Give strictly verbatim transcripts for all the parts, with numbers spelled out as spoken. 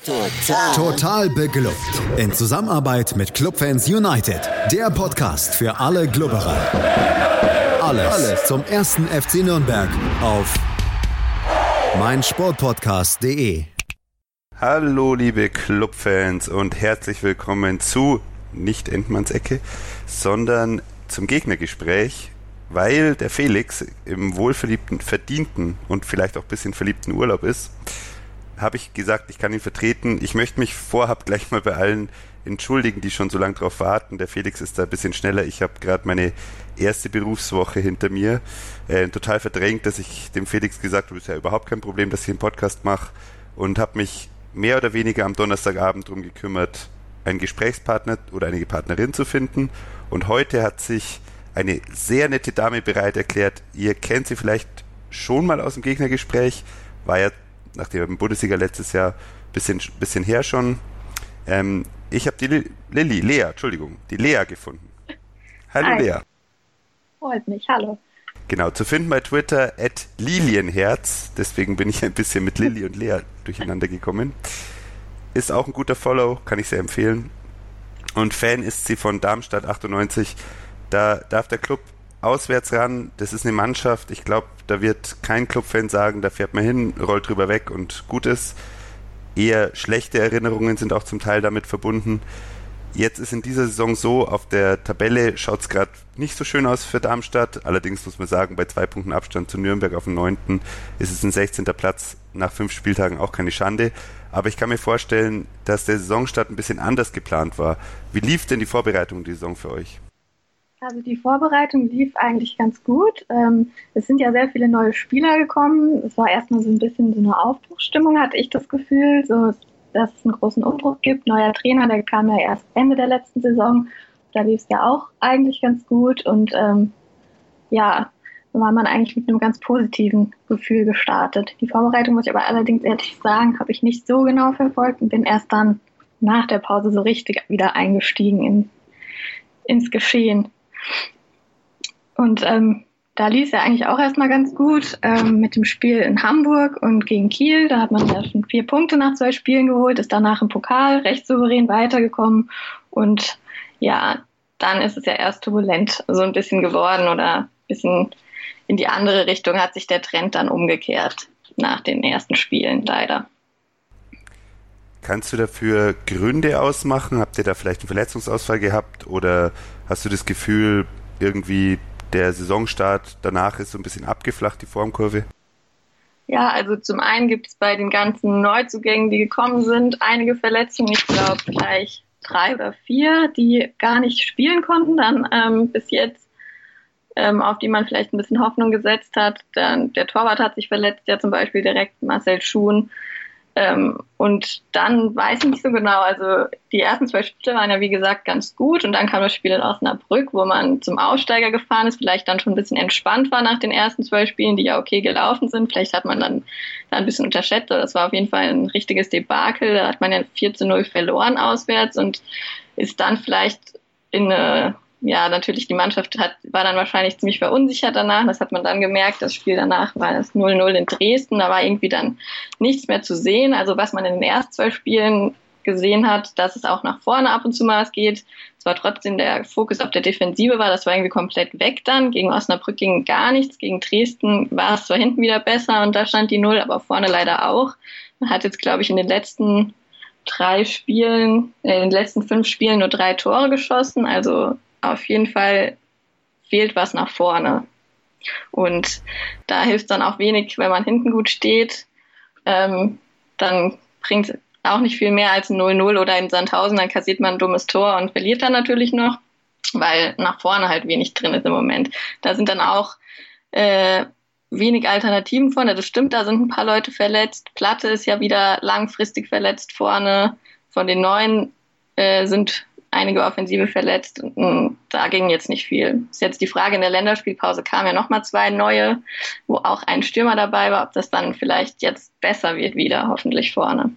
Total. Total beglückt. In Zusammenarbeit mit Clubfans United. Der Podcast für alle Glubberer. Alles, Alles zum ersten F C Nürnberg auf meinsportpodcast punkt de. Hallo liebe Clubfans und herzlich willkommen zu nicht Entmanns Ecke, sondern zum Gegnergespräch, weil der Felix im wohlverliebten, verdienten und vielleicht auch ein bisschen verliebten Urlaub ist, habe ich gesagt, ich kann ihn vertreten. Ich möchte mich vorab gleich mal bei allen entschuldigen, die schon so lange drauf warten. Der Felix ist da ein bisschen schneller. Ich habe gerade meine erste Berufswoche hinter mir. Äh, total verdrängt, dass ich dem Felix gesagt habe, ist ja überhaupt kein Problem, dass ich einen Podcast mache, und habe mich mehr oder weniger am Donnerstagabend darum gekümmert, einen Gesprächspartner oder eine Partnerin zu finden. Und heute hat sich eine sehr nette Dame bereit erklärt. Ihr kennt sie vielleicht schon mal aus dem Gegnergespräch, war ja nach dem Bundesliga letztes Jahr ein bisschen, bisschen her schon. Ähm, ich habe die Lilly, Lea, Entschuldigung, die Lea gefunden. Hallo Hi. Lea. Freut mich, hallo. Genau, zu finden bei Twitter at Lilienherz, deswegen bin ich ein bisschen mit Lilly und Lea durcheinander gekommen. Ist auch ein guter Follow, kann ich sehr empfehlen. Und Fan ist sie von Darmstadt achtundneunzig. Da darf der Club auswärts ran, das ist eine Mannschaft, ich glaube, da wird kein Clubfan sagen, da fährt man hin, rollt drüber weg und gut ist. Eher schlechte Erinnerungen sind auch zum Teil damit verbunden. Jetzt ist in dieser Saison so, auf der Tabelle schaut es gerade nicht so schön aus für Darmstadt, allerdings muss man sagen, bei zwei Punkten Abstand zu Nürnberg auf dem neunten ist es ein sechzehnter Platz, nach fünf Spieltagen auch keine Schande. Aber ich kann mir vorstellen, dass der Saisonstart ein bisschen anders geplant war. Wie lief denn die Vorbereitung der Saison für euch? Also die Vorbereitung lief eigentlich ganz gut. Ähm, es sind ja sehr viele neue Spieler gekommen. Es war erstmal so ein bisschen so eine Aufbruchsstimmung, hatte ich das Gefühl, so, dass es einen großen Umbruch gibt. Neuer Trainer, der kam ja erst Ende der letzten Saison. Da lief es ja auch eigentlich ganz gut. Und ähm, ja, da war man eigentlich mit einem ganz positiven Gefühl gestartet. Die Vorbereitung, muss ich aber allerdings ehrlich sagen, habe ich nicht so genau verfolgt und bin erst dann nach der Pause so richtig wieder eingestiegen in, ins Geschehen. Und ähm, da lief es ja eigentlich auch erstmal ganz gut ähm, mit dem Spiel in Hamburg und gegen Kiel. Da hat man ja schon vier Punkte nach zwei Spielen geholt, ist danach im Pokal recht souverän weitergekommen. Und ja, dann ist es ja erst turbulent so ein bisschen geworden oder ein bisschen in die andere Richtung hat sich der Trend dann umgekehrt nach den ersten Spielen, leider. Kannst du dafür Gründe ausmachen? Habt ihr da vielleicht einen Verletzungsausfall gehabt oder hast du das Gefühl, irgendwie der Saisonstart danach ist so ein bisschen abgeflacht, die Formkurve? Ja, also zum einen gibt es bei den ganzen Neuzugängen, die gekommen sind, einige Verletzungen. Ich glaube gleich drei oder vier, die gar nicht spielen konnten dann ähm, bis jetzt, ähm, auf die man vielleicht ein bisschen Hoffnung gesetzt hat. Dann, der Torwart hat sich verletzt, ja zum Beispiel direkt Marcel Schuhn. Ähm, und dann weiß ich nicht so genau, also die ersten zwei Spiele waren ja wie gesagt ganz gut und dann kam das Spiel in Osnabrück, wo man zum Aussteiger gefahren ist, vielleicht dann schon ein bisschen entspannt war nach den ersten zwei Spielen, die ja okay gelaufen sind, vielleicht hat man dann da ein bisschen unterschätzt, aber das war auf jeden Fall ein richtiges Debakel, da hat man ja vier zu null verloren auswärts und ist dann vielleicht in eine, ja natürlich die Mannschaft hat, war dann wahrscheinlich ziemlich verunsichert danach, das hat man dann gemerkt, das Spiel danach war das null null in Dresden, da war irgendwie dann nichts mehr zu sehen, also was man in den ersten zwei Spielen gesehen hat, dass es auch nach vorne ab und zu mal was geht, zwar trotzdem der Fokus auf der Defensive war, das war irgendwie komplett weg dann, gegen Osnabrück ging gar nichts, gegen Dresden war es zwar hinten wieder besser und da stand die Null, aber vorne leider auch, man hat jetzt glaube ich in den letzten drei Spielen, äh, in den letzten fünf Spielen nur drei Tore geschossen, also auf jeden Fall fehlt was nach vorne. Und da hilft dann auch wenig, wenn man hinten gut steht. Ähm, dann bringt es auch nicht viel mehr als ein null null oder in Sandhausen, dann kassiert man ein dummes Tor und verliert dann natürlich noch, weil nach vorne halt wenig drin ist im Moment. Da sind dann auch äh, wenig Alternativen vorne. Das stimmt, da sind ein paar Leute verletzt. Platte ist ja wieder langfristig verletzt vorne. Von den Neuen äh, sind einige Offensive verletzt. Und da ging jetzt nicht viel. Ist jetzt die Frage, in der Länderspielpause kamen ja nochmal zwei neue, wo auch ein Stürmer dabei war, ob das dann vielleicht jetzt besser wird wieder, hoffentlich vorne.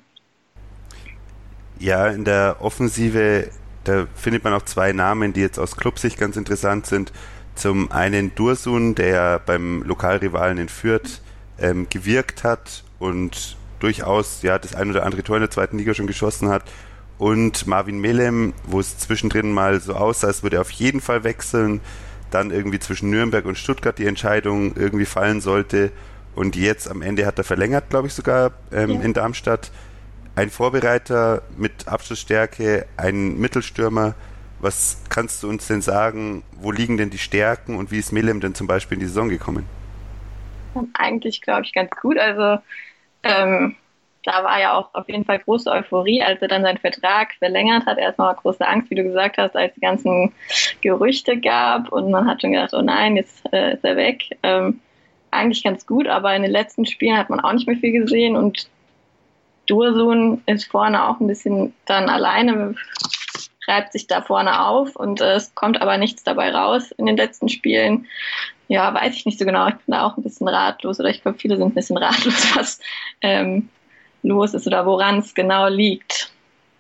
Ja, in der Offensive, da findet man auch zwei Namen, die jetzt aus Clubsicht ganz interessant sind. Zum einen Dursun, der beim Lokalrivalen in Fürth ähm, gewirkt hat und durchaus ja das ein oder andere Tor in der zweiten Liga schon geschossen hat. Und Marvin Melem, wo es zwischendrin mal so aussah, als würde er auf jeden Fall wechseln, dann irgendwie zwischen Nürnberg und Stuttgart die Entscheidung irgendwie fallen sollte und jetzt am Ende hat er verlängert, glaube ich sogar ähm, ja. in Darmstadt. Ein Vorbereiter mit Abschlussstärke, ein Mittelstürmer. Was kannst du uns denn sagen, wo liegen denn die Stärken und wie ist Melem denn zum Beispiel in die Saison gekommen? Eigentlich, glaube ich, ganz gut. Also ähm, da war ja auch auf jeden Fall große Euphorie, als er dann seinen Vertrag verlängert hat. Erstmal große Angst, wie du gesagt hast, als die ganzen Gerüchte gab und man hat schon gedacht, oh nein, jetzt äh, ist er weg. Ähm, eigentlich ganz gut, aber in den letzten Spielen hat man auch nicht mehr viel gesehen und Dursun ist vorne auch ein bisschen dann alleine, reibt sich da vorne auf und äh, es kommt aber nichts dabei raus in den letzten Spielen. Ja, weiß ich nicht so genau. Ich bin da auch ein bisschen ratlos oder ich glaube, viele sind ein bisschen ratlos, was ähm, los ist oder woran es genau liegt.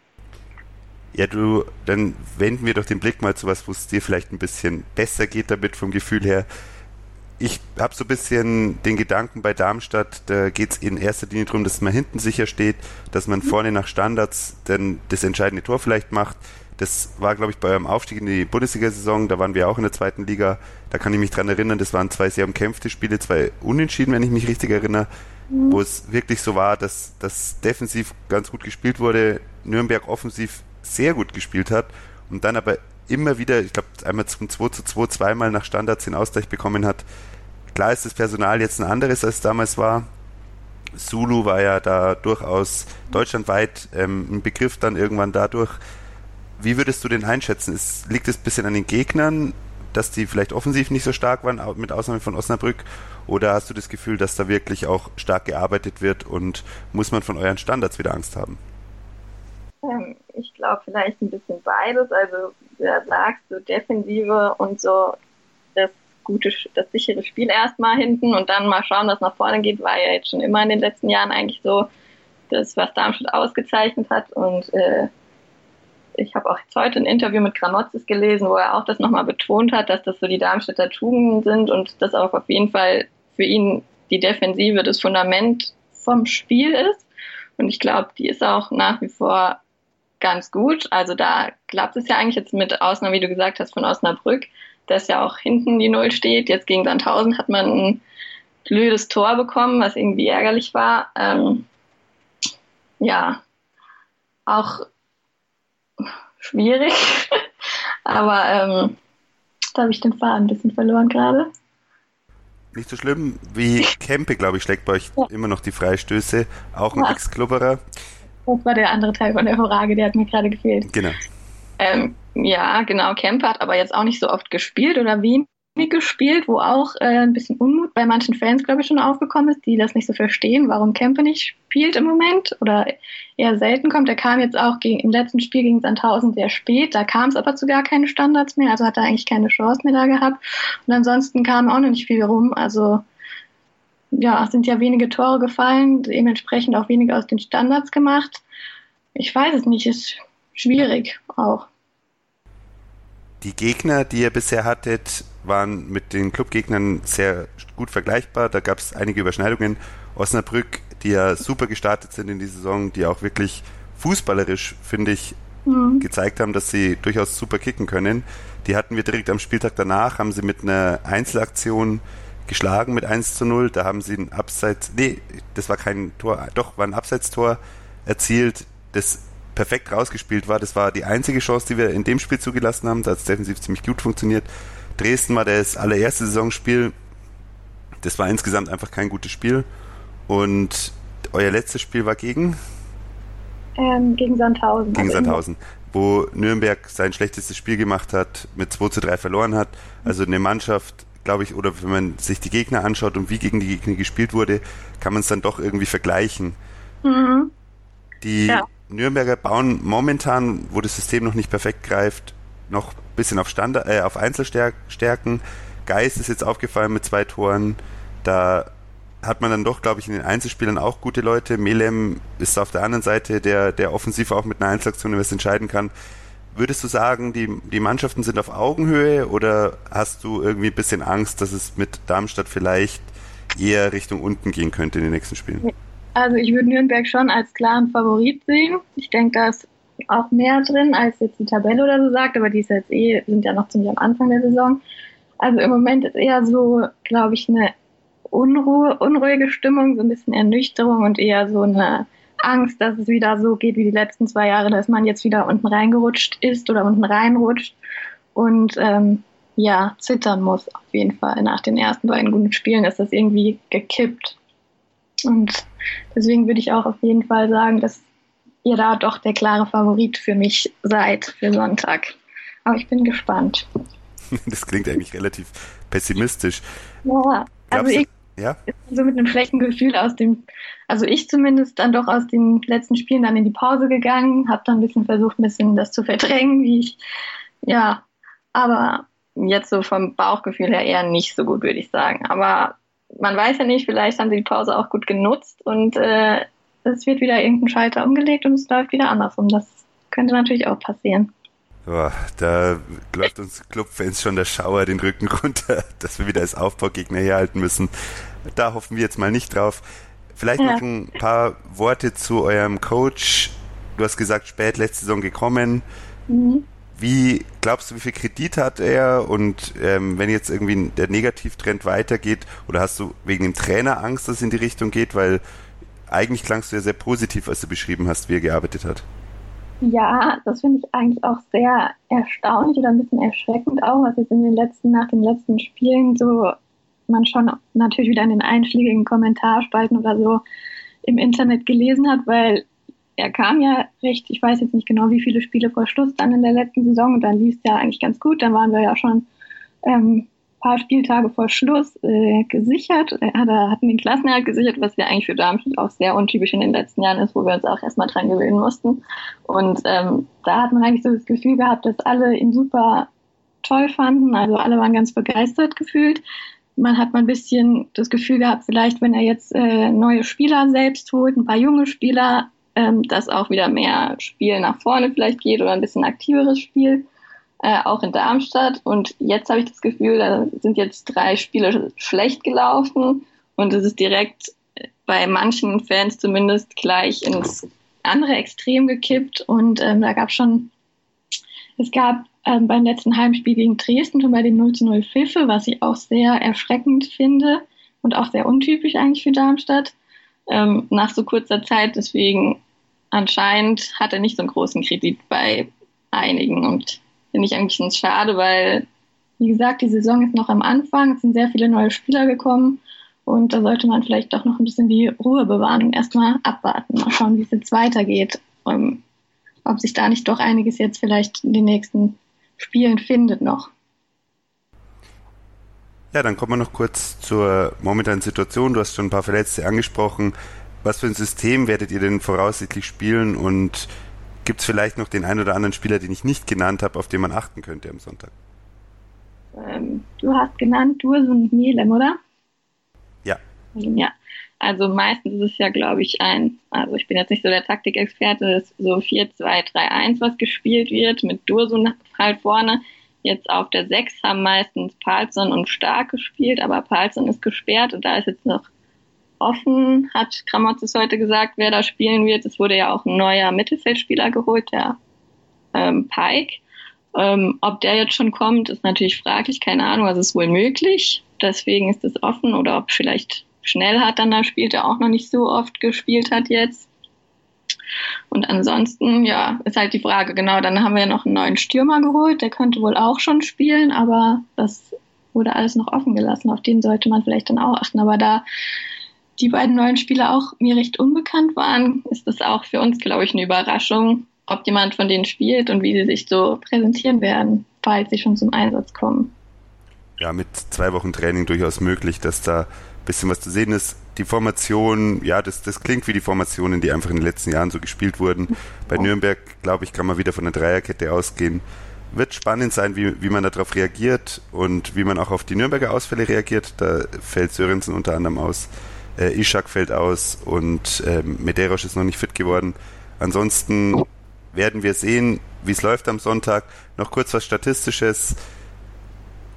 Ja, du, dann wenden wir doch den Blick mal zu was, wo es dir vielleicht ein bisschen besser geht damit vom Gefühl her. Ich habe so ein bisschen den Gedanken bei Darmstadt, da geht es in erster Linie darum, dass man hinten sicher steht, dass man vorne nach Standards dann das entscheidende Tor vielleicht macht. Das war, glaube ich, bei eurem Aufstieg in die Bundesliga-Saison, da waren wir auch in der zweiten Liga, da kann ich mich dran erinnern, das waren zwei sehr umkämpfte Spiele, zwei Unentschieden, wenn ich mich richtig erinnere, mhm. wo es wirklich so war, dass das defensiv ganz gut gespielt wurde, Nürnberg offensiv sehr gut gespielt hat und dann aber immer wieder, ich glaube, einmal zum zwei zu zwei, zweimal nach Standards den Ausgleich bekommen hat. Klar ist das Personal jetzt ein anderes, als es damals war. Zulu war ja da durchaus deutschlandweit ähm, ein Begriff dann irgendwann dadurch. Wie würdest du den einschätzen? Ist, liegt es ein bisschen an den Gegnern, dass die vielleicht offensiv nicht so stark waren, mit Ausnahme von Osnabrück? Oder hast du das Gefühl, dass da wirklich auch stark gearbeitet wird und muss man von euren Standards wieder Angst haben? Ähm, ich glaube vielleicht ein bisschen beides. Also du sagst, so Defensive und so das gute, das sichere Spiel erstmal hinten und dann mal schauen, was nach vorne geht, war ja jetzt schon immer in den letzten Jahren eigentlich so das, was Darmstadt ausgezeichnet hat. Und äh, ich habe auch jetzt heute ein Interview mit Gramotzes gelesen, wo er auch das nochmal betont hat, dass das so die Darmstädter Tugenden sind und das auch auf jeden Fall für ihn die Defensive das Fundament vom Spiel ist. Und ich glaube, die ist auch nach wie vor ganz gut. Also da klappt es ja eigentlich jetzt mit Ausnahme, wie du gesagt hast, von Osnabrück, dass ja auch hinten die Null steht. Jetzt gegen Sandhausen hat man ein blödes Tor bekommen, was irgendwie ärgerlich war. Ähm, ja, auch schwierig. Aber ähm, da habe ich den Faden ein bisschen verloren gerade. Nicht so schlimm. Wie Kempe, glaube ich, schlägt bei euch ja. immer noch die Freistöße. Auch ein ja. Ex-Klubberer. Das war der andere Teil von der Frage, der hat mir gerade gefehlt. Genau. Ähm, ja, genau. Kempe hat aber jetzt auch nicht so oft gespielt oder wenig gespielt, wo auch äh, ein bisschen Unmut bei manchen Fans, glaube ich, schon aufgekommen ist, die das nicht so verstehen, warum Kempe nicht spielt im Moment oder eher selten kommt. Er kam jetzt auch gegen, im letzten Spiel gegen Sandhausen sehr spät, da kam es aber zu gar keine Standards mehr, also hat er eigentlich keine Chance mehr da gehabt. Und ansonsten kam auch noch nicht viel rum, also ja, es sind ja wenige Tore gefallen, dementsprechend auch weniger aus den Standards gemacht. Ich weiß es nicht, ist schwierig auch. Die Gegner, die ihr bisher hattet, waren mit den Clubgegnern sehr gut vergleichbar. Da gab es einige Überschneidungen. Osnabrück, die ja super gestartet sind in die Saison, die auch wirklich fußballerisch, finde ich, mhm. gezeigt haben, dass sie durchaus super kicken können. Die hatten wir direkt am Spieltag danach, haben sie mit einer Einzelaktion geschlagen mit eins zu null. Da haben sie ein Abseits, nee, das war kein Tor, doch, war ein Abseitstor erzielt, das perfekt rausgespielt war. Das war die einzige Chance, die wir in dem Spiel zugelassen haben. Da hat es defensiv ziemlich gut funktioniert. Dresden war das allererste Saisonspiel. Das war insgesamt einfach kein gutes Spiel. Und euer letztes Spiel war gegen? Ähm, gegen Sandhausen. Gegen Sandhausen, wo Nürnberg sein schlechtestes Spiel gemacht hat, mit zwei zu drei verloren hat. Also eine Mannschaft, glaube ich, oder wenn man sich die Gegner anschaut und wie gegen die Gegner gespielt wurde, kann man es dann doch irgendwie vergleichen. Mhm. Die ja. Nürnberger bauen momentan, wo das System noch nicht perfekt greift, noch ein bisschen auf Standard, äh, auf Einzelstärken. Geist ist jetzt aufgefallen mit zwei Toren. Da hat man dann doch, glaube ich, in den Einzelspielern auch gute Leute. Melem ist auf der anderen Seite, der, der offensiv auch mit einer Einzelaktion was entscheiden kann. Würdest du sagen, die, die Mannschaften sind auf Augenhöhe oder hast du irgendwie ein bisschen Angst, dass es mit Darmstadt vielleicht eher Richtung unten gehen könnte in den nächsten Spielen? Also ich würde Nürnberg schon als klaren Favorit sehen. Ich denke, da ist auch mehr drin, als jetzt die Tabelle oder so sagt, aber die ist jetzt eh, sind ja noch ziemlich am Anfang der Saison. Also im Moment ist eher so, glaube ich, eine Unruhe, unruhige Stimmung, so ein bisschen Ernüchterung und eher so eine Angst, dass es wieder so geht wie die letzten zwei Jahre, dass man jetzt wieder unten reingerutscht ist oder unten reinrutscht und ähm, ja, zittern muss auf jeden Fall. Nach den ersten beiden guten Spielen ist das irgendwie gekippt. Und deswegen würde ich auch auf jeden Fall sagen, dass ihr da doch der klare Favorit für mich seid für Sonntag. Aber ich bin gespannt. Das klingt eigentlich relativ pessimistisch. Ja, also ich ja? so mit einem schlechten Gefühl aus dem, also ich zumindest dann doch aus den letzten Spielen dann in die Pause gegangen, habe dann ein bisschen versucht, ein bisschen das zu verdrängen, wie ich, ja, aber jetzt so vom Bauchgefühl her eher nicht so gut, würde ich sagen. Aber man weiß ja nicht, vielleicht haben sie die Pause auch gut genutzt und äh, es wird wieder irgendein Schalter umgelegt und es läuft wieder andersrum. Das könnte natürlich auch passieren. Boah, da läuft uns Clubfans schon der Schauer den Rücken runter, dass wir wieder als Aufbaugegner herhalten müssen. Da hoffen wir jetzt mal nicht drauf. Vielleicht ja. noch ein paar Worte zu eurem Coach. Du hast gesagt, spät letzte Saison gekommen. Mhm. Wie glaubst du, wie viel Kredit hat er? Und ähm, wenn jetzt irgendwie der Negativtrend weitergeht, oder hast du wegen dem Trainer Angst, dass es in die Richtung geht? Weil eigentlich klangst du ja sehr positiv, als du beschrieben hast, wie er gearbeitet hat. Ja, das finde ich eigentlich auch sehr erstaunlich oder ein bisschen erschreckend auch, was jetzt in den letzten, nach den letzten Spielen so man schon natürlich wieder in den einschlägigen Kommentarspalten oder so im Internet gelesen hat, weil er kam ja recht, ich weiß jetzt nicht genau, wie viele Spiele vor Schluss dann in der letzten Saison und dann lief es ja eigentlich ganz gut, dann waren wir ja schon ähm, paar Spieltage vor Schluss äh, gesichert, äh, hatten den Klassenerhalt gesichert, was ja eigentlich für Darmstadt auch sehr untypisch in den letzten Jahren ist, wo wir uns auch erstmal dran gewöhnen mussten. Und ähm, da hat man eigentlich so das Gefühl gehabt, dass alle ihn super toll fanden, also alle waren ganz begeistert gefühlt. Man hat mal ein bisschen das Gefühl gehabt, vielleicht wenn er jetzt äh, neue Spieler selbst holt, ein paar junge Spieler, ähm, dass auch wieder mehr Spiel nach vorne vielleicht geht oder ein bisschen aktiveres Spiel. Äh, auch in Darmstadt und jetzt habe ich das Gefühl, da sind jetzt drei Spiele schlecht gelaufen und es ist direkt bei manchen Fans zumindest gleich ins andere Extrem gekippt und ähm, da gab es schon, es gab ähm, beim letzten Heimspiel gegen Dresden schon bei den null zu null Pfiffe, was ich auch sehr erschreckend finde und auch sehr untypisch eigentlich für Darmstadt, ähm, nach so kurzer Zeit, deswegen anscheinend hat er nicht so einen großen Kredit bei einigen und finde ich eigentlich schade, weil, wie gesagt, die Saison ist noch am Anfang, es sind sehr viele neue Spieler gekommen und da sollte man vielleicht doch noch ein bisschen die Ruhe bewahren und erstmal abwarten, mal schauen, wie es jetzt weitergeht, um, ob sich da nicht doch einiges jetzt vielleicht in den nächsten Spielen findet noch. Ja, dann kommen wir noch kurz zur momentanen Situation. Du hast schon ein paar Verletzte angesprochen. Was für ein System werdet ihr denn voraussichtlich spielen und gibt es vielleicht noch den einen oder anderen Spieler, den ich nicht genannt habe, auf den man achten könnte am Sonntag? Ähm, du hast genannt Dursun und Mielem, oder? Ja. Ja, also meistens ist es ja, glaube ich, ein, also ich bin jetzt nicht so der Taktikexperte, das ist so vier zwei drei eins, was gespielt wird, mit Dursun halt vorne. Jetzt auf der sechs haben meistens Palsson und Stark gespielt, aber Palsson ist gesperrt und da ist jetzt noch offen, hat Gramotzes heute gesagt, wer da spielen wird. Es wurde ja auch ein neuer Mittelfeldspieler geholt, der ähm, Pike. Ähm, ob der jetzt schon kommt, ist natürlich fraglich, keine Ahnung, also ist wohl möglich. Deswegen ist es offen oder ob vielleicht Schnellhardt dann da spielt, der auch noch nicht so oft gespielt hat jetzt. Und ansonsten, ja, ist halt die Frage, genau, dann haben wir noch einen neuen Stürmer geholt, der könnte wohl auch schon spielen, aber das wurde alles noch offen gelassen, auf den sollte man vielleicht dann auch achten, aber da die beiden neuen Spieler auch mir recht unbekannt waren, ist das auch für uns, glaube ich, eine Überraschung, ob jemand von denen spielt und wie sie sich so präsentieren werden, falls sie schon zum Einsatz kommen. Ja, mit zwei Wochen Training durchaus möglich, dass da ein bisschen was zu sehen ist. Die Formation, ja, das, das klingt wie die Formationen, die einfach in den letzten Jahren so gespielt wurden. Bei ja. Nürnberg, glaube ich, kann man wieder von einer Dreierkette ausgehen. Wird spannend sein, wie, wie man darauf reagiert und wie man auch auf die Nürnberger Ausfälle reagiert. Da fällt Sörensen unter anderem aus. Äh, Ishak fällt aus und äh, Medeiros ist noch nicht fit geworden. Ansonsten werden wir sehen, wie es läuft am Sonntag. Noch kurz was Statistisches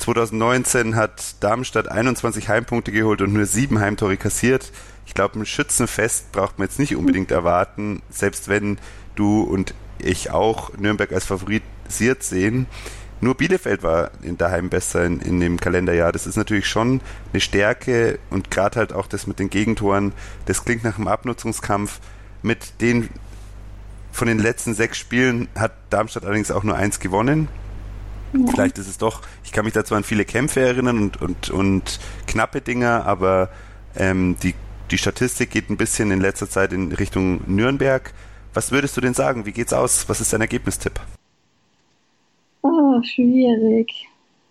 zwanzig neunzehn hat Darmstadt einundzwanzig Heimpunkte geholt und nur sieben Heimtore kassiert. Ich glaube, ein Schützenfest braucht man jetzt nicht unbedingt erwarten, selbst wenn du und ich auch Nürnberg als favorisiert sehen. Nur Bielefeld war in daheim besser in, in dem Kalenderjahr. Das ist natürlich schon eine Stärke und gerade halt auch das mit den Gegentoren, das klingt nach einem Abnutzungskampf. Mit den von den letzten sechs Spielen hat Darmstadt allerdings auch nur eins gewonnen. Ja. Vielleicht ist es doch, ich kann mich dazu an viele Kämpfe erinnern und, und, und knappe Dinger, aber ähm, die, die Statistik geht ein bisschen in letzter Zeit in Richtung Nürnberg. Was würdest du denn sagen? Wie geht's aus? Was ist dein Ergebnistipp? Oh, schwierig.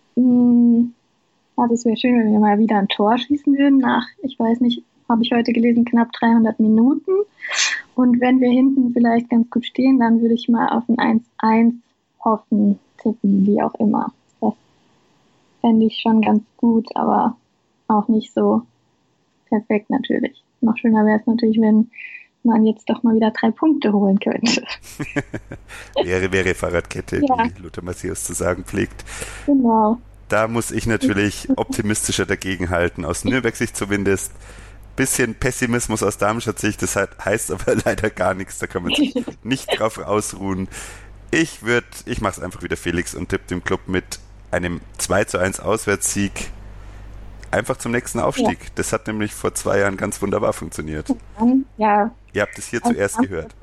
Hm. Ja, das wäre schön, wenn wir mal wieder ein Tor schießen würden nach, ich weiß nicht, habe ich heute gelesen, knapp dreihundert Minuten. Und wenn wir hinten vielleicht ganz gut stehen, dann würde ich mal auf ein eins eins hoffen, tippen, wie auch immer. Das fände ich schon ganz gut, aber auch nicht so perfekt natürlich. Noch schöner wäre es natürlich, wenn man jetzt doch mal wieder drei Punkte holen könnte. wäre, wäre Fahrradkette, ja. Wie Lothar Matthäus zu sagen pflegt. Genau. Da muss ich natürlich optimistischer dagegenhalten, aus Nürnberg-Sicht zumindest. Bisschen Pessimismus aus Darmstadt-Sicht, das heißt aber leider gar nichts, da kann man sich nicht drauf ausruhen. Ich würde, ich mache es einfach wieder Felix und tippe dem Club mit einem zwei zu eins Auswärtssieg einfach zum nächsten Aufstieg. Ja. Das hat nämlich vor zwei Jahren ganz wunderbar funktioniert. Ja. Ihr habt es hier und zuerst gehört.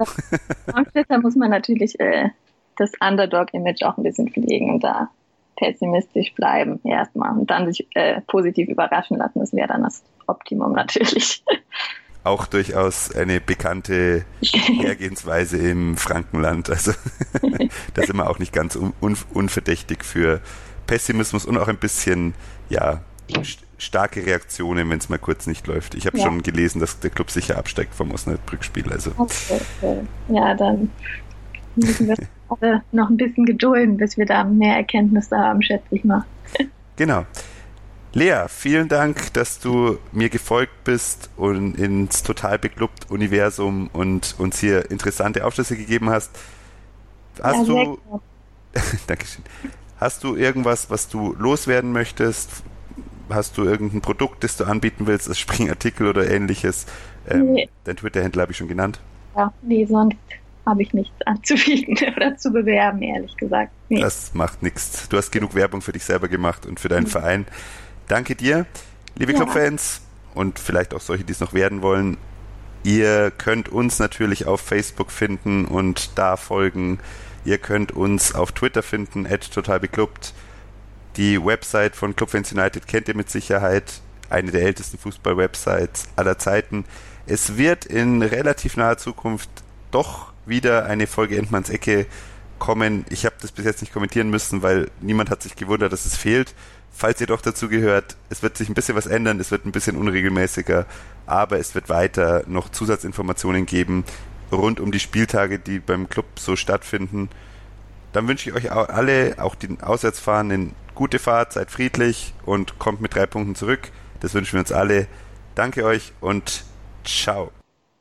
Da muss man natürlich äh, das Underdog-Image auch ein bisschen pflegen und da pessimistisch bleiben erstmal und dann sich äh, positiv überraschen lassen. Das wäre dann das Optimum natürlich. Auch durchaus eine bekannte Hergehensweise im Frankenland. Also da sind wir auch nicht ganz un- unverdächtig für Pessimismus und auch ein bisschen, ja, st- starke Reaktionen, wenn es mal kurz nicht läuft. Ich habe ja. schon gelesen, dass der Club sicher absteigt vom Osnabrück-Spiel. Also. Okay, okay. Ja, dann müssen wir alle noch ein bisschen gedulden, bis wir da mehr Erkenntnisse haben, schätze ich mal. Genau. Lea, vielen Dank, dass du mir gefolgt bist und ins total beklubbt Universum und uns hier interessante Aufschlüsse gegeben hast. Hast ja, du Dankeschön. Hast du irgendwas, was du loswerden möchtest? Hast du irgendein Produkt, das du anbieten willst, als Springartikel oder ähnliches? Ähm, nee. Dein Twitter-Händler habe ich schon genannt. Ja, nee, sonst habe ich nichts anzubieten oder zu bewerben, ehrlich gesagt. Nee. Das macht nichts. Du hast genug Werbung für dich selber gemacht und für deinen mhm. Verein. Danke dir, liebe ja. Clubfans und vielleicht auch solche, die es noch werden wollen. Ihr könnt uns natürlich auf Facebook finden und da folgen. Ihr könnt uns auf Twitter finden, at totalbeklubbt. Die Website von Clubfans United kennt ihr mit Sicherheit. Eine der ältesten Fußball-Websites aller Zeiten. Es wird in relativ naher Zukunft doch wieder eine Folge Endmanns Ecke kommen. Ich habe das bis jetzt nicht kommentieren müssen, weil niemand hat sich gewundert, dass es fehlt. Falls ihr doch dazu gehört, es wird sich ein bisschen was ändern, es wird ein bisschen unregelmäßiger, aber es wird weiter noch Zusatzinformationen geben rund um die Spieltage, die beim Club so stattfinden. Dann wünsche ich euch alle, auch den Auswärtsfahrenden, gute Fahrt, seid friedlich und kommt mit drei Punkten zurück. Das wünschen wir uns alle. Danke euch und ciao.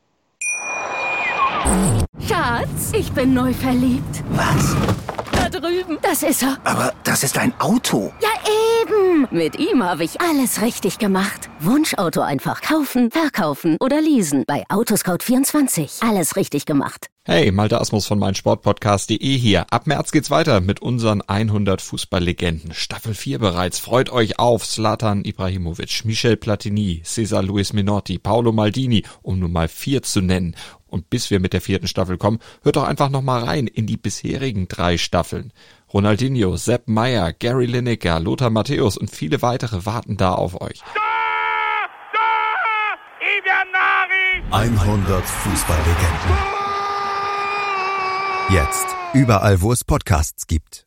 Schatz, ich bin neu verliebt. Was? Da drüben. Das ist er. Aber das ist ein Auto. Ja, eben. Mit ihm habe ich alles richtig gemacht. Wunschauto einfach kaufen, verkaufen oder leasen. Bei Autoscout vierundzwanzig. Alles richtig gemacht. Hey, Malte Asmus von meinsportpodcast punkt de hier. Ab März geht's weiter mit unseren hundert Fußballlegenden. Staffel vier bereits. Freut euch auf Zlatan Ibrahimovic, Michel Platini, Cesar Luis Menotti, Paolo Maldini, um nur mal vier zu nennen. Und bis wir mit der vierten Staffel kommen, hört doch einfach noch mal rein in die bisherigen drei Staffeln. Ronaldinho, Sepp Maier, Gary Lineker, Lothar Matthäus und viele weitere warten da auf euch. hundert Fußballlegenden. Jetzt überall, wo es Podcasts gibt.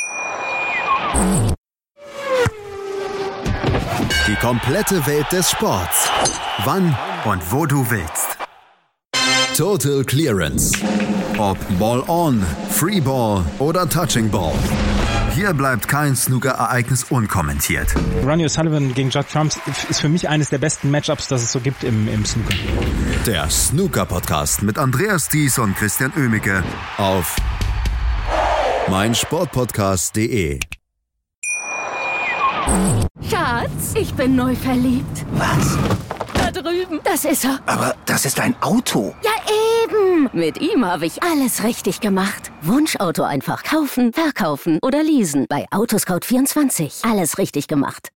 Die komplette Welt des Sports. Wann und wo du willst. Total Clearance. Ob Ball on, Free Ball oder Touching Ball. Hier bleibt kein Snooker-Ereignis unkommentiert. Ronnie O'Sullivan gegen Judd Trump ist für mich eines der besten Matchups, das es so gibt im, im Snooker. Der Snooker-Podcast mit Andreas Dies und Christian Oemicke auf meinsportpodcast punkt de. Schatz, ich bin neu verliebt. Was? Da drüben. Das ist er. Aber das ist ein Auto. Ja, eben. Mit ihm habe ich alles richtig gemacht. Wunschauto einfach kaufen, verkaufen oder leasen. Bei Autoscout vierundzwanzig. Alles richtig gemacht.